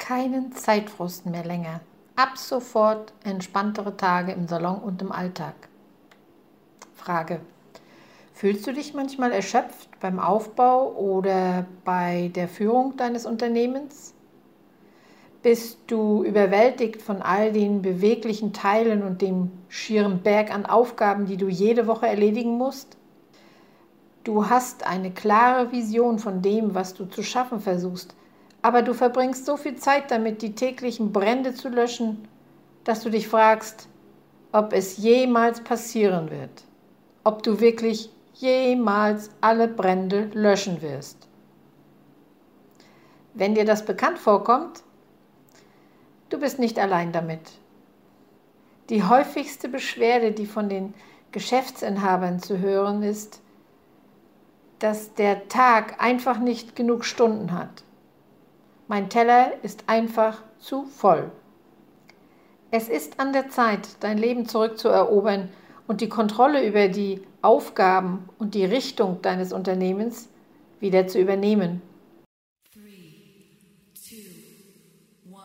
keinen Zeitfrust mehr länger. Ab sofort entspanntere Tage im Salon und im Alltag. Frage: Fühlst du dich manchmal erschöpft beim Aufbau oder bei der Führung deines Unternehmens? Bist du überwältigt von all den beweglichen Teilen und dem schieren Berg an Aufgaben, die du jede Woche erledigen musst? Du hast eine klare Vision von dem, was du zu schaffen versuchst, aber du verbringst so viel Zeit damit, die täglichen Brände zu löschen, dass du dich fragst, ob es jemals passieren wird, ob du wirklich jemals alle Brände löschen wirst. Wenn dir das bekannt vorkommt, du bist nicht allein damit. Die häufigste Beschwerde, die von den Geschäftsinhabern zu hören ist, dass der Tag einfach nicht genug Stunden hat. Mein Teller ist einfach zu voll. Es ist an der Zeit, dein Leben zurückzuerobern und die Kontrolle über die Aufgaben und die Richtung deines Unternehmens wieder zu übernehmen. 3, 2, 1.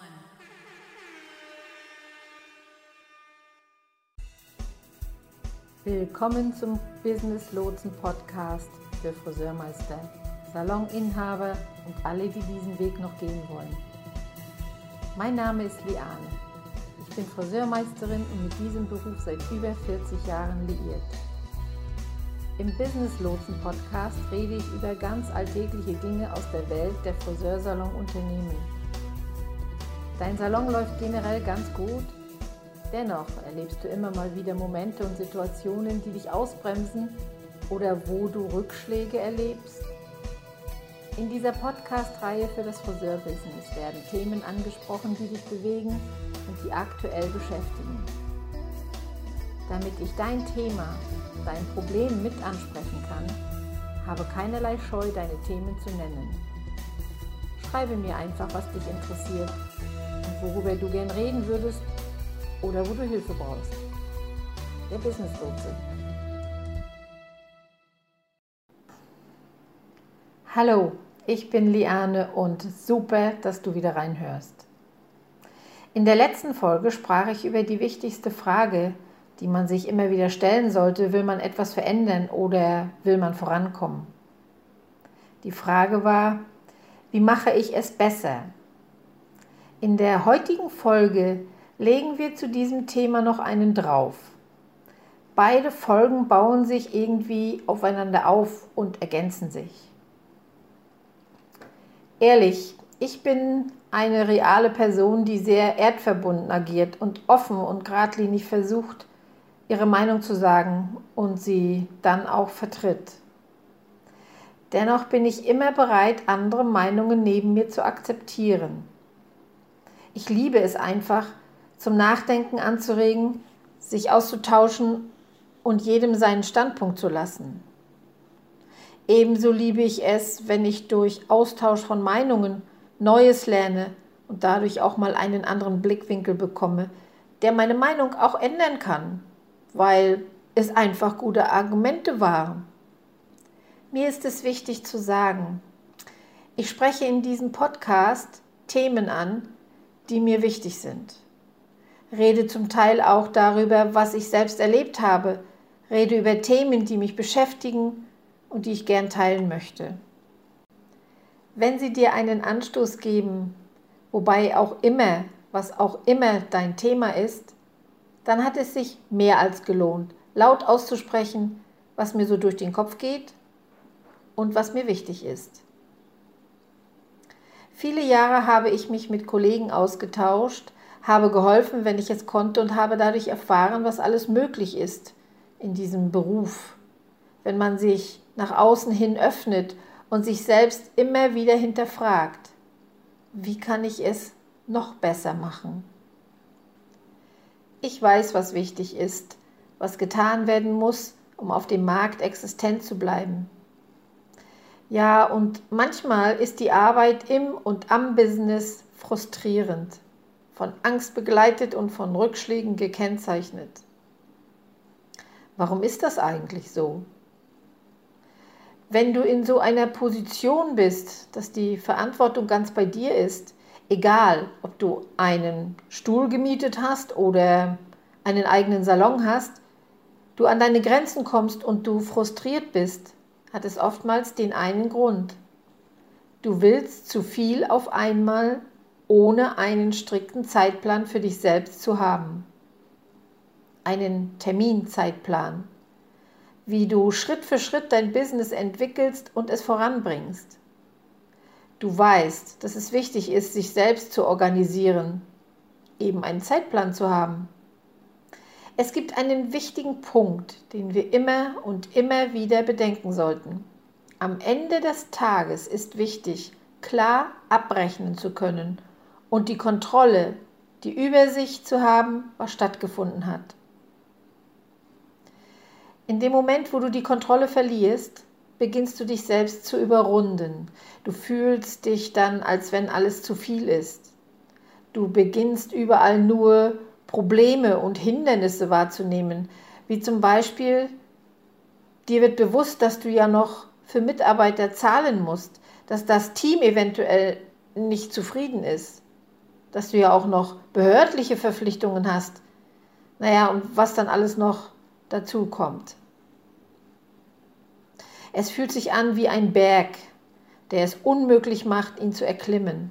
Willkommen zum Business Lotsen Podcast für Friseurmeister, Saloninhaber und alle, die diesen Weg noch gehen wollen. Mein Name ist Liane. Ich bin Friseurmeisterin und mit diesem Beruf seit über 40 Jahren liiert. Im Business Lotsen Podcast rede ich über ganz alltägliche Dinge aus der Welt der Friseursalon-Unternehmen. Dein Salon läuft generell ganz gut. Dennoch erlebst du immer mal wieder Momente und Situationen, die dich ausbremsen oder wo du Rückschläge erlebst. In dieser Podcast-Reihe für das Friseurbusiness werden Themen angesprochen, die dich bewegen und die aktuell beschäftigen. Damit ich dein Thema, dein Problem mit ansprechen kann, habe keinerlei Scheu, deine Themen zu nennen. Schreibe mir einfach, was dich interessiert und worüber du gern reden würdest oder wo du Hilfe brauchst. Der Business Lotse. Hallo, ich bin Liane und super, dass du wieder reinhörst. In der letzten Folge sprach ich über die wichtigste Frage, die man sich immer wieder stellen sollte: Will man etwas verändern oder will man vorankommen? Die Frage war: Wie mache ich es besser? In der heutigen Folge legen wir zu diesem Thema noch einen drauf. Beide Folgen bauen sich irgendwie aufeinander auf und ergänzen sich. Ehrlich, ich bin eine reale Person, die sehr erdverbunden agiert und offen und geradlinig versucht, ihre Meinung zu sagen und sie dann auch vertritt. Dennoch bin ich immer bereit, andere Meinungen neben mir zu akzeptieren. Ich liebe es einfach, zum Nachdenken anzuregen, sich auszutauschen und jedem seinen Standpunkt zu lassen. Ebenso liebe ich es, wenn ich durch Austausch von Meinungen Neues lerne und dadurch auch mal einen anderen Blickwinkel bekomme, der meine Meinung auch ändern kann, weil es einfach gute Argumente waren. Mir ist es wichtig zu sagen, ich spreche in diesem Podcast Themen an, die mir wichtig sind. Rede zum Teil auch darüber, was ich selbst erlebt habe, rede über Themen, die mich beschäftigen und die ich gern teilen möchte. Wenn sie dir einen Anstoß geben, wobei auch immer, was auch immer dein Thema ist, dann hat es sich mehr als gelohnt, laut auszusprechen, was mir so durch den Kopf geht und was mir wichtig ist. Viele Jahre habe ich mich mit Kollegen ausgetauscht, habe geholfen, wenn ich es konnte, und habe dadurch erfahren, was alles möglich ist in diesem Beruf, wenn man sich nach außen hin öffnet und sich selbst immer wieder hinterfragt: Wie kann ich es noch besser machen? Ich weiß, was wichtig ist, was getan werden muss, um auf dem Markt existent zu bleiben. Ja, und manchmal ist die Arbeit im und am Business frustrierend, von Angst begleitet und von Rückschlägen gekennzeichnet. Warum ist das eigentlich so? Wenn du in so einer Position bist, dass die Verantwortung ganz bei dir ist, Egal, ob du einen Stuhl gemietet hast oder einen eigenen Salon hast, du an deine Grenzen kommst und du frustriert bist, hat es oftmals den einen Grund. Du willst zu viel auf einmal, ohne einen strikten Zeitplan für dich selbst zu haben. Einen Terminzeitplan, wie du Schritt für Schritt dein Business entwickelst und es voranbringst. Du weißt, dass es wichtig ist, sich selbst zu organisieren, eben einen Zeitplan zu haben. Es gibt einen wichtigen Punkt, den wir immer und immer wieder bedenken sollten. Am Ende des Tages ist wichtig, klar abrechnen zu können und die Kontrolle, die Übersicht zu haben, was stattgefunden hat. In dem Moment, wo du die Kontrolle verlierst, beginnst du dich selbst zu überrunden. Du fühlst dich dann, als wenn alles zu viel ist. Du beginnst überall nur Probleme und Hindernisse wahrzunehmen, wie zum Beispiel, dir wird bewusst, dass du ja noch für Mitarbeiter zahlen musst, dass das Team eventuell nicht zufrieden ist, dass du ja auch noch behördliche Verpflichtungen hast. Naja, und was dann alles noch dazu kommt. Es fühlt sich an wie ein Berg, der es unmöglich macht, ihn zu erklimmen.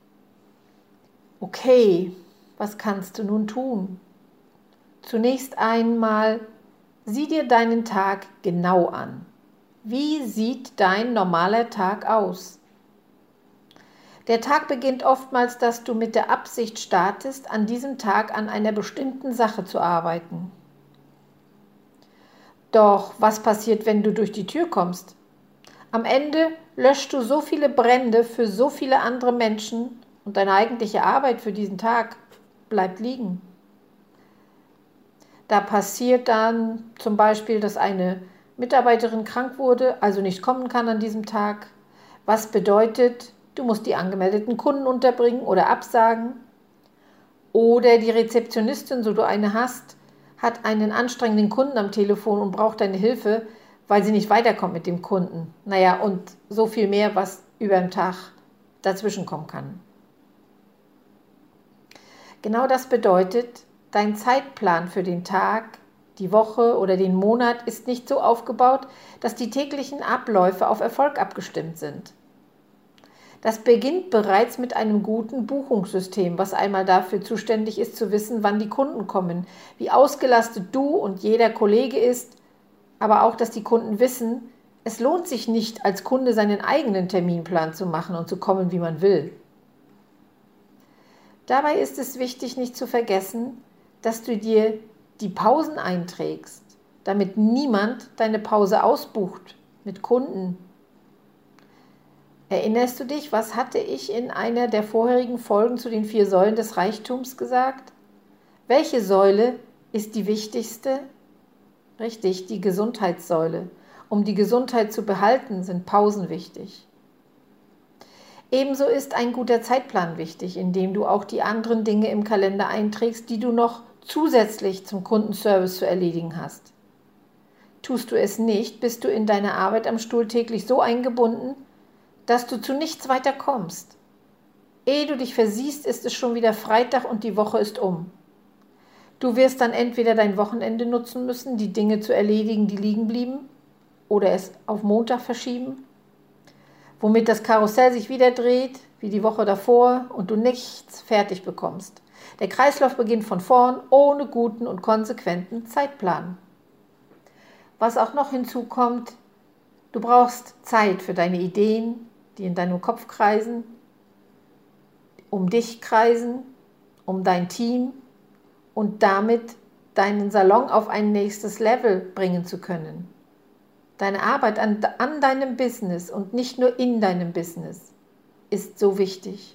Okay, was kannst du nun tun? Zunächst einmal, sieh dir deinen Tag genau an. Wie sieht dein normaler Tag aus? Der Tag beginnt oftmals, dass du mit der Absicht startest, an diesem Tag an einer bestimmten Sache zu arbeiten. Doch was passiert, wenn du durch die Tür kommst? Am Ende löschst du so viele Brände für so viele andere Menschen und deine eigentliche Arbeit für diesen Tag bleibt liegen. Da passiert dann zum Beispiel, dass eine Mitarbeiterin krank wurde, also nicht kommen kann an diesem Tag. Was bedeutet, du musst die angemeldeten Kunden unterbringen oder absagen. Oder die Rezeptionistin, so du eine hast, hat einen anstrengenden Kunden am Telefon und braucht deine Hilfe, weil sie nicht weiterkommt mit dem Kunden. Naja, und so viel mehr, was über den Tag dazwischen kommen kann. Genau das bedeutet, dein Zeitplan für den Tag, die Woche oder den Monat ist nicht so aufgebaut, dass die täglichen Abläufe auf Erfolg abgestimmt sind. Das beginnt bereits mit einem guten Buchungssystem, was einmal dafür zuständig ist, zu wissen, wann die Kunden kommen, wie ausgelastet du und jeder Kollege ist, aber auch, dass die Kunden wissen, es lohnt sich nicht, als Kunde seinen eigenen Terminplan zu machen und zu kommen, wie man will. Dabei ist es wichtig, nicht zu vergessen, dass du dir die Pausen einträgst, damit niemand deine Pause ausbucht mit Kunden. Erinnerst du dich, was hatte ich in einer der vorherigen Folgen zu den 4 Säulen des Reichtums gesagt? Welche Säule ist die wichtigste? Richtig, die Gesundheitssäule. Um die Gesundheit zu behalten, sind Pausen wichtig. Ebenso ist ein guter Zeitplan wichtig, indem du auch die anderen Dinge im Kalender einträgst, die du noch zusätzlich zum Kundenservice zu erledigen hast. Tust du es nicht, bist du in deiner Arbeit am Stuhl täglich so eingebunden, dass du zu nichts weiter kommst. Ehe du dich versiehst, ist es schon wieder Freitag und die Woche ist um. Du wirst dann entweder dein Wochenende nutzen müssen, die Dinge zu erledigen, die liegen blieben, oder es auf Montag verschieben, womit das Karussell sich wieder dreht, wie die Woche davor, und du nichts fertig bekommst. Der Kreislauf beginnt von vorn, ohne guten und konsequenten Zeitplan. Was auch noch hinzukommt, du brauchst Zeit für deine Ideen, die in deinem Kopf kreisen, um dich kreisen, um dein Team und damit deinen Salon auf ein nächstes Level bringen zu können. Deine Arbeit an deinem Business und nicht nur in deinem Business ist so wichtig.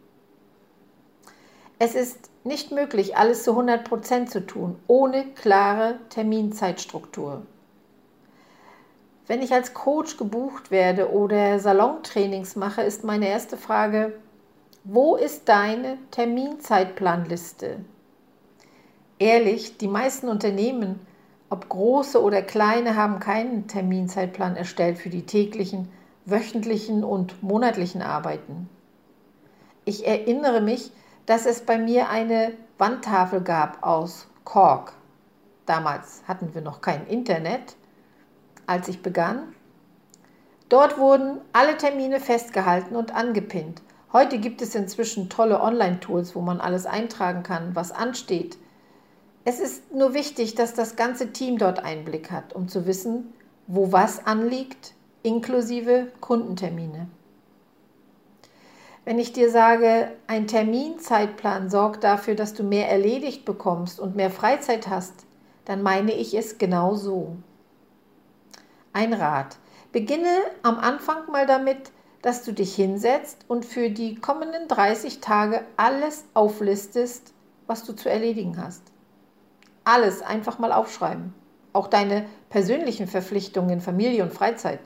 Es ist nicht möglich, alles zu 100% zu tun, ohne klare Terminzeitstruktur. Wenn ich als Coach gebucht werde oder Salontrainings mache, ist meine erste Frage, wo ist deine Terminzeitplanliste? Ehrlich, die meisten Unternehmen, ob große oder kleine, haben keinen Terminzeitplan erstellt für die täglichen, wöchentlichen und monatlichen Arbeiten. Ich erinnere mich, dass es bei mir eine Wandtafel gab aus Kork. Damals hatten wir noch kein Internet, als ich begann. Dort wurden alle Termine festgehalten und angepinnt. Heute gibt es inzwischen tolle Online-Tools, wo man alles eintragen kann, was ansteht. Es ist nur wichtig, dass das ganze Team dort Einblick hat, um zu wissen, wo was anliegt, inklusive Kundentermine. Wenn ich dir sage, ein Terminzeitplan sorgt dafür, dass du mehr erledigt bekommst und mehr Freizeit hast, dann meine ich es genau so. Ein Rat. Beginne am Anfang mal damit, dass du dich hinsetzt und für die kommenden 30 Tage alles auflistest, was du zu erledigen hast. Alles einfach mal aufschreiben. Auch deine persönlichen Verpflichtungen, Familie und Freizeit.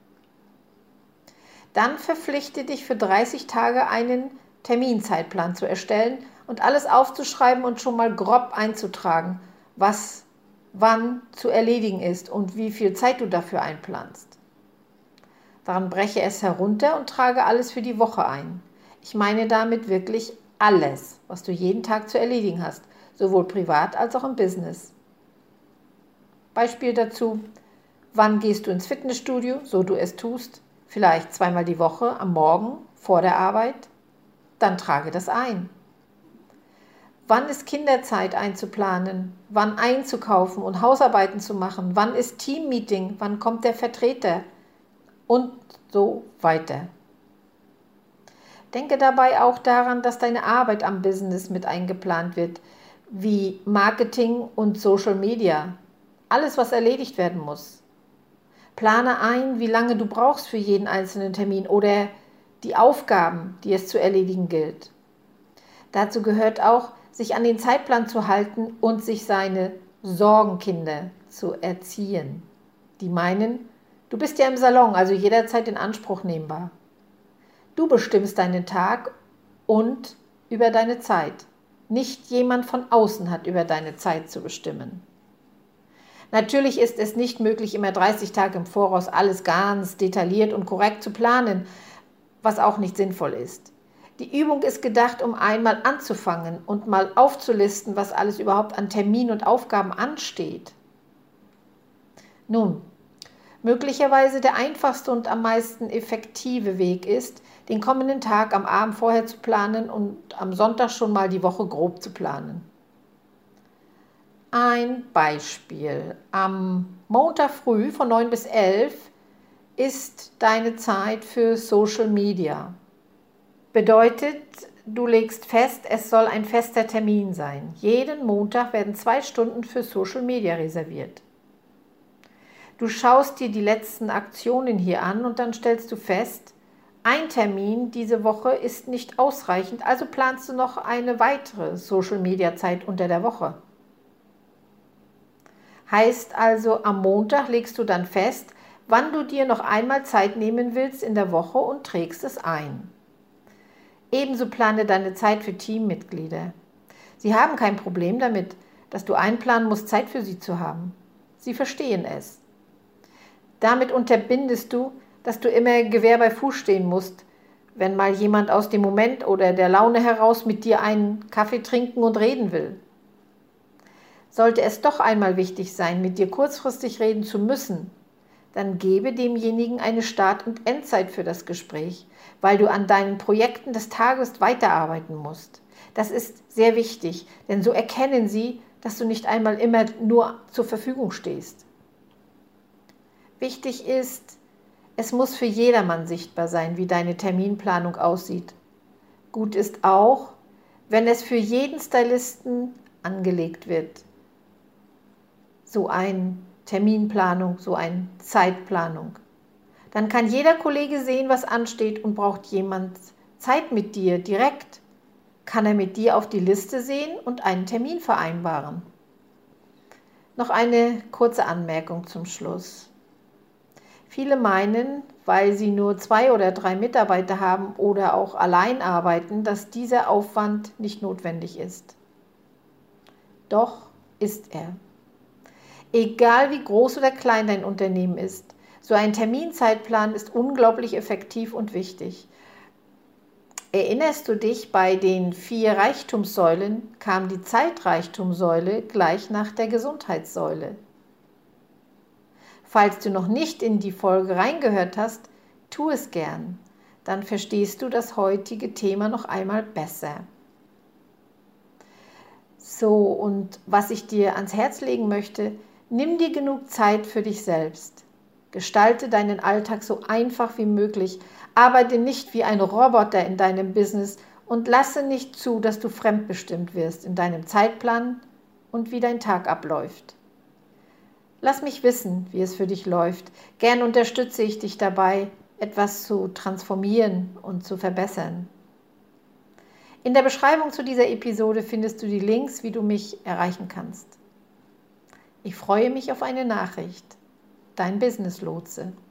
Dann verpflichte dich für 30 Tage einen Terminzeitplan zu erstellen und alles aufzuschreiben und schon mal grob einzutragen, was wann zu erledigen ist und wie viel Zeit du dafür einplanst. Dann breche es herunter und trage alles für die Woche ein. Ich meine damit wirklich alles, was du jeden Tag zu erledigen hast, sowohl privat als auch im Business. Beispiel dazu: Wann gehst du ins Fitnessstudio, so du es tust? Vielleicht 2-mal die Woche am Morgen vor der Arbeit? Dann trage das ein. Wann ist Kinderzeit einzuplanen? Wann einzukaufen und Hausarbeiten zu machen? Wann ist Teammeeting? Wann kommt der Vertreter? Und so weiter. Denke dabei auch daran, dass deine Arbeit am Business mit eingeplant wird, wie Marketing und Social Media. Alles, was erledigt werden muss. Plane ein, wie lange du brauchst für jeden einzelnen Termin oder die Aufgaben, die es zu erledigen gilt. Dazu gehört auch, sich an den Zeitplan zu halten und sich seine Sorgenkinder zu erziehen. Die meinen, du bist ja im Salon, also jederzeit in Anspruch nehmbar. Du bestimmst deinen Tag und über deine Zeit. Nicht jemand von außen hat über deine Zeit zu bestimmen. Natürlich ist es nicht möglich, immer 30 Tage im Voraus alles ganz detailliert und korrekt zu planen, was auch nicht sinnvoll ist. Die Übung ist gedacht, um einmal anzufangen und mal aufzulisten, was alles überhaupt an Terminen und Aufgaben ansteht. Nun, möglicherweise der einfachste und am meisten effektive Weg ist, den kommenden Tag am Abend vorher zu planen und am Sonntag schon mal die Woche grob zu planen. Ein Beispiel. Am Montag früh von 9 bis 11 ist deine Zeit für Social Media. Bedeutet, du legst fest, es soll ein fester Termin sein. Jeden Montag werden 2 Stunden für Social Media reserviert. Du schaust dir die letzten Aktionen hier an und dann stellst du fest, ein Termin diese Woche ist nicht ausreichend, also planst du noch eine weitere Social Media Zeit unter der Woche. Heißt also, am Montag legst du dann fest, wann du dir noch einmal Zeit nehmen willst in der Woche und trägst es ein. Ebenso plane deine Zeit für Teammitglieder. Sie haben kein Problem damit, dass du einplanen musst, Zeit für sie zu haben. Sie verstehen es. Damit unterbindest du, dass du immer Gewehr bei Fuß stehen musst, wenn mal jemand aus dem Moment oder der Laune heraus mit dir einen Kaffee trinken und reden will. Sollte es doch einmal wichtig sein, mit dir kurzfristig reden zu müssen, dann gebe demjenigen eine Start- und Endzeit für das Gespräch, weil du an deinen Projekten des Tages weiterarbeiten musst. Das ist sehr wichtig, denn so erkennen sie, dass du nicht einmal immer nur zur Verfügung stehst. Wichtig ist, es muss für jedermann sichtbar sein, wie deine Terminplanung aussieht. Gut ist auch, wenn es für jeden Stylisten angelegt wird. So eine Terminplanung, so eine Zeitplanung. Dann kann jeder Kollege sehen, was ansteht und braucht jemand Zeit mit dir direkt, kann er mit dir auf die Liste sehen und einen Termin vereinbaren. Noch eine kurze Anmerkung zum Schluss. Viele meinen, weil sie nur 2 oder 3 Mitarbeiter haben oder auch allein arbeiten, dass dieser Aufwand nicht notwendig ist. Doch ist er. Egal wie groß oder klein dein Unternehmen ist, so ein Terminzeitplan ist unglaublich effektiv und wichtig. Erinnerst du dich, bei den 4 Reichtumssäulen kam die Zeitreichtumsäule gleich nach der Gesundheitssäule. Falls du noch nicht in die Folge reingehört hast, tu es gern. Dann verstehst du das heutige Thema noch einmal besser. So, und was ich dir ans Herz legen möchte, nimm dir genug Zeit für dich selbst. Gestalte deinen Alltag so einfach wie möglich, arbeite nicht wie ein Roboter in deinem Business und lasse nicht zu, dass du fremdbestimmt wirst in deinem Zeitplan und wie dein Tag abläuft. Lass mich wissen, wie es für dich läuft. Gern unterstütze ich dich dabei, etwas zu transformieren und zu verbessern. In der Beschreibung zu dieser Episode findest du die Links, wie du mich erreichen kannst. Ich freue mich auf eine Nachricht. Dein Business Lotse.